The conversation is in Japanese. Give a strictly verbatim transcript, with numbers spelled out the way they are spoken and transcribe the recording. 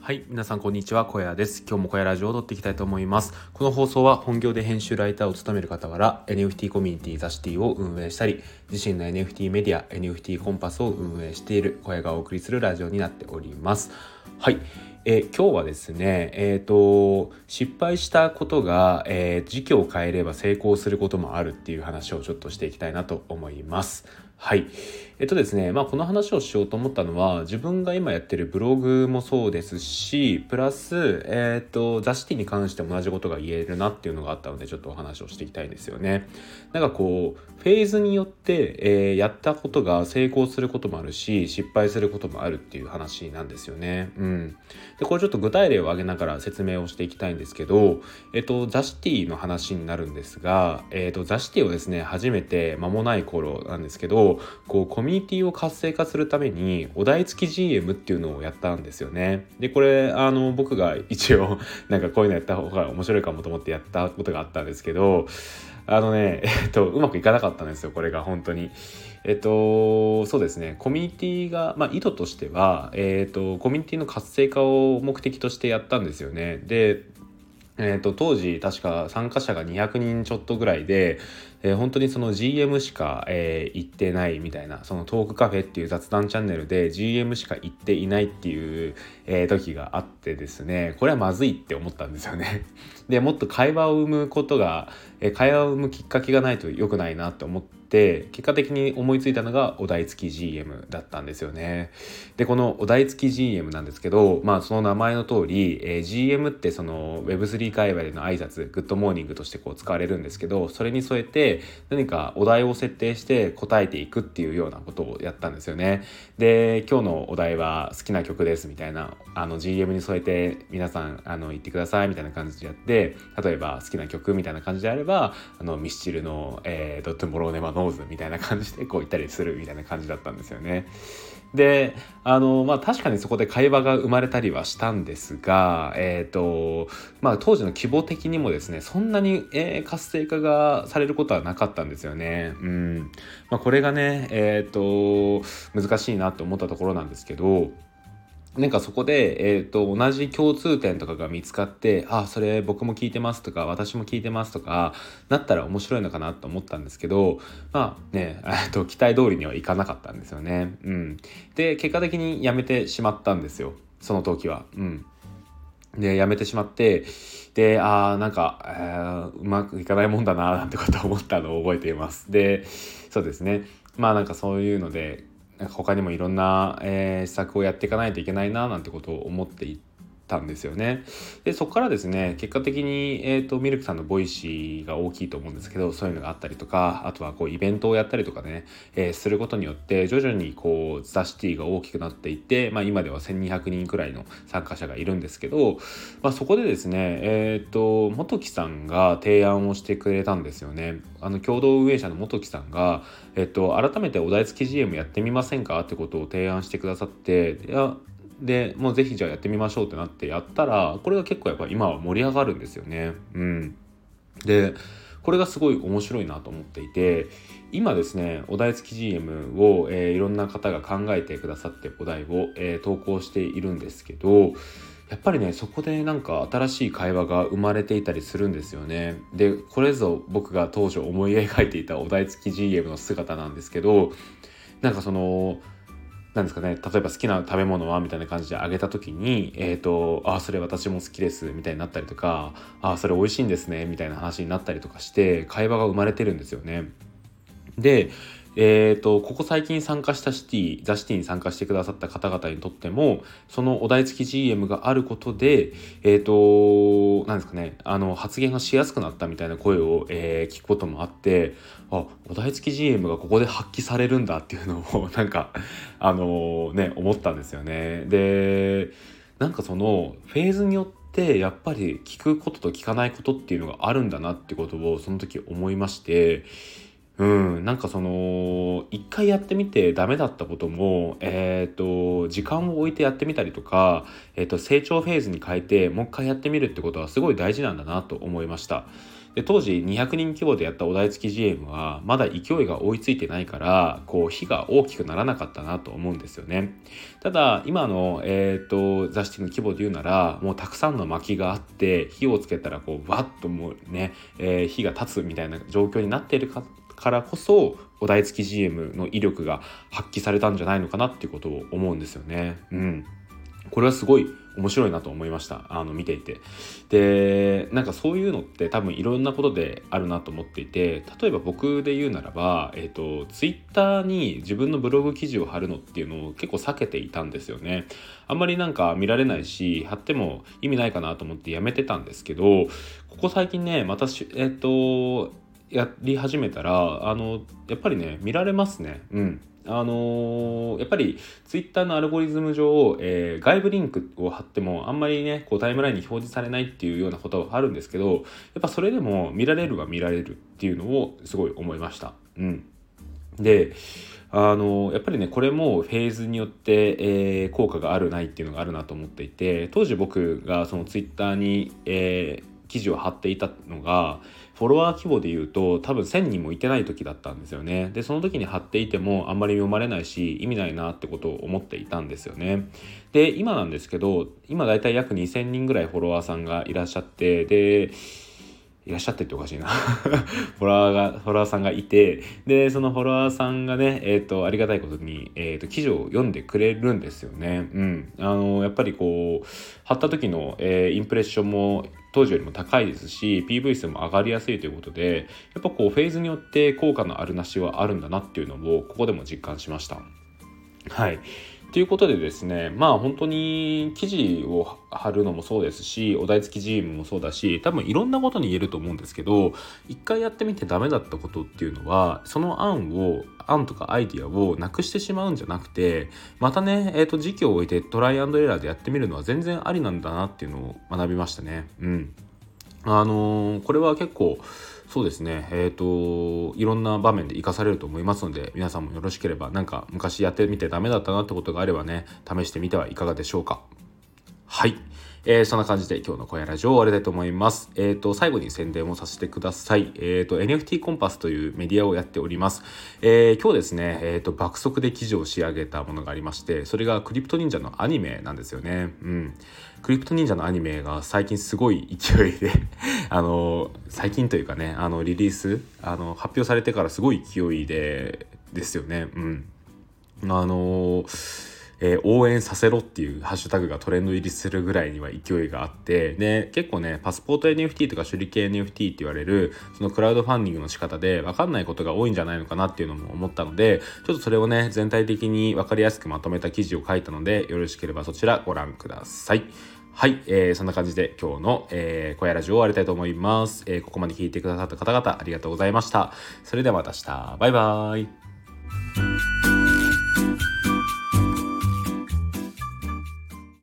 はい、皆さんこんにちは、小屋です。今日も小屋ラジオを撮っていきたいと思います。この放送は本業で編集ライターを務める傍ら エヌエフティー コミュニティザシティを運営したり、自身の エヌエフティー メディア エヌエフティー コンパスを運営している小屋がお送りするラジオになっております。はい、えー、今日はですね、えーと失敗したことが、えー、時期を変えれば成功することもあるっていう話をちょっとしていきたいなと思います。はい。えっとですね、まあこの話をしようと思ったのは、自分が今やってるブログもそうですし、プラス、えっと、ザシティに関しても同じことが言えるなっていうのがあったので、ちょっとお話をしていきたいんですよね。なんかこう、フェーズによって、えーやったことが成功することもあるし、失敗することもあるっていう話なんですよね。うん。で、これちょっと具体例を挙げながら説明をしていきたいんですけど、えっと、ザシティの話になるんですが、えっと、ザシティをですね、初めて間もない頃なんですけど、こうコミュニティを活性化するためにお題付き ジーエム っていうのをやったんですよね。でこれあの僕が一応なんかこういうのやった方が面白いかもと思ってやったことがあったんですけど、あのねえっとうまくいかなかったんですよ、これが本当に。えっとそうですね、コミュニティがまあ意図としては、えっとコミュニティの活性化を目的としてやったんですよね。でえー、と当時確か参加者がにひゃくにんちょっとぐらいで、えー本当にその ジーエム しか、えー行ってないみたいな、そのトークカフェっていう雑談チャンネルで ジーエム しか行っていないっていう、えー時があってですね、これはまずいって思ったんですよね。でもっと会話を生むことが、えー会話を生むきっかけがないと良くないなと思って、結果的に思いついたのがお題付き ジーエム だったんですよね。でこのお題付き ジーエム なんですけど、まあその名前の通り、えー ジーエム ってその ウェブスリー 界隈での挨拶、グッドモーニングとしてこう使われるんですけど、それに添えて何かお題を設定して答えていくっていうようなことをやったんですよね。で今日のお題は好きな曲ですみたいな、あの ジーエム に添えて皆さんあの言ってくださいみたいな感じでやって、例えば好きな曲みたいな感じであれば、あのミスチルの、えー、ドットモローネマノーズみたいな感じでこう言ったりするみたいな感じだったんですよね。であのまあ確かにそこで会話が生まれたりはしたんですが、えーとまあ、当時の規模的にもですね、そんなに、えー活性化がされることはなかったんですよね。うんまあ、これがね、えーと難しいなと思ったところなんですけど、なんかそこで、えーと、同じ共通点とかが見つかって、あ、それ僕も聞いてますとか、私も聞いてますとか、なったら面白いのかなと思ったんですけど、まあね、えっと、期待通りにはいかなかったんですよね。うん。で、結果的にやめてしまったんですよ。その時は。うん。で、やめてしまって、で、あーなんか、えーうまくいかないもんだな、なんてことを思ったのを覚えています。で、そうですね。まあなんかそういうので、なんか他にもいろんな、えー施策をやっていかないといけないななんてことを思っていたんですよね。でそこからですね、結果的に、えーと、ミルクさんのボイシーが大きいと思うんですけど、そういうのがあったりとか、あとはこうイベントをやったりとかね、えーすることによって徐々にこうザ・シティが大きくなっていって、まあ、今ではせんにひゃくにんくらいの参加者がいるんですけど、まあ、そこでですね、えっと元木さんが提案をしてくれたんですよね。あの共同運営者の元木さんが、えっと、改めてお題付き ジーエム やってみませんかってことを提案してくださって、いやでもうぜひじゃあやってみましょうってなってやったら、これが結構やっぱ今は盛り上がるんですよね。うんでこれがすごい面白いなと思っていて、今ですねお題付き ジーエム を、えーいろんな方が考えてくださってお題を、えー投稿しているんですけど、やっぱりねそこでなんか新しい会話が生まれていたりするんですよね。でこれぞ僕が当初思い描いていたお題付き ジーエム の姿なんですけど、なんかそのなんですかね、例えば好きな食べ物はみたいな感じであげた時に、えっと、あ、それ私も好きですみたいになったりとか、あ、それ美味しいんですねみたいな話になったりとかして会話が生まれてるんですよね。で、えーと、ここ最近参加したシティ、ザシティに参加してくださった方々にとっても、そのお題付き ジーエム があることで、えーと、なんですかね、あの、発言がしやすくなったみたいな声を、えー聞くこともあって、あ、お題付き ジーエム がここで発揮されるんだっていうのを、なんか、あのね、思ったんですよね。で、なんかその、フェーズによって、やっぱり聞くことと聞かないことっていうのがあるんだなってことをその時思いまして、うん、なんかその一回やってみてダメだったことも、えっと時間を置いてやってみたりとか、えっと成長フェーズに変えてもう一回やってみるってことはすごい大事なんだなと思いました。 で当時にひゃくにん規模でやったお題付き ジーエム はまだ勢いが追いついてないからこう火が大きくならなかったなと思うんですよね。ただ今の、えー、とザシティの規模で言うならもうたくさんの薪があって火をつけたらこうわっともうね、えー、火が立つみたいな状況になっているかからこそお題付き ジーエム の威力が発揮されたんじゃないのかなっていうことを思うんですよね。うんこれはすごい面白いなと思いました。あの見ていて。で、なんかそういうのって多分いろんなことであるなと思っていて、例えば僕で言うならば、えっと、ツイッターに自分のブログ記事を貼るのっていうのを結構避けていたんですよね。あんまりなんか見られないし、貼っても意味ないかなと思ってやめてたんですけど、ここ最近ね、またし、えっと、やり始めたら、あの、やっぱりね、見られますね。うん。あのー、やっぱりツイッターのアルゴリズム上、えー、外部リンクを貼ってもあんまりねこうタイムラインに表示されないっていうようなことはあるんですけど、やっぱそれでも見られるは見られるっていうのをすごい思いました。うん、であのやっぱりねこれもフェーズによって、えー、効果があるないっていうのがあるなと思っていて、当時僕がそのツイッターに、えー、記事を貼っていたのがフォロワー規模で言うと多分せんにんもいてない時だったんですよね。でその時に貼っていてもあんまり読まれないし意味ないなってことを思っていたんですよね。で今なんですけど今だいたい約にせんにんぐらいフォロワーさんがいらっしゃって、でいらっしゃってっておかしいなフォロワーがフォロワーさんがいて、でそのフォロワーさんがね、えー、とありがたいことに、えー、と記事を読んでくれるんですよね。うん、あのやっぱりこう貼った時の、えー、インプレッションも当時よりも高いですし ピーブイ 数も上がりやすいということで、やっぱこうフェーズによって効果のあるなしはあるんだなっていうのをここでも実感しました。はいということでですね、まあ本当に記事を貼るのもそうですし、お題付き ジーエム もそうだし、多分いろんなことに言えると思うんですけど、一回やってみてダメだったことっていうのは、その案を、案とかアイディアをなくしてしまうんじゃなくて、またね、えっと、時期を置いてトライアンドエラーでやってみるのは全然ありなんだなっていうのを学びましたね。うん。あのーこれは結構、そうですね、えっといろんな場面で活かされると思いますので、皆さんもよろしければなんか昔やってみてダメだったなってことがあればね、試してみてはいかがでしょうか。はい、えー、そんな感じで今日の小屋ラジオを終わりたいと思います。えっと最後に宣伝をさせてください。えっと エヌエフティー コンパスというメディアをやっております。えー、今日ですね、えっと爆速で記事を仕上げたものがありまして、それがクリプト忍者のアニメなんですよね。うん。クリプト忍者のアニメが最近すごい勢いであの最近というかね、あのリリースあの発表されてからすごい勢いでですよね。うん。あのえー、応援させろっていうハッシュタグがトレンド入りするぐらいには勢いがあって、で結構ねパスポート エヌエフティー とか手裏剣 エヌエフティー って言われるそのクラウドファンディングの仕方で分かんないことが多いんじゃないのかなっていうのも思ったので、ちょっとそれをね全体的に分かりやすくまとめた記事を書いたので、よろしければそちらご覧ください。はい、えー、そんな感じで今日の、えー、小屋ラジオを終わりたいと思います、えー。ここまで聞いてくださった方々ありがとうございました。それではまた明日、バイバーイ。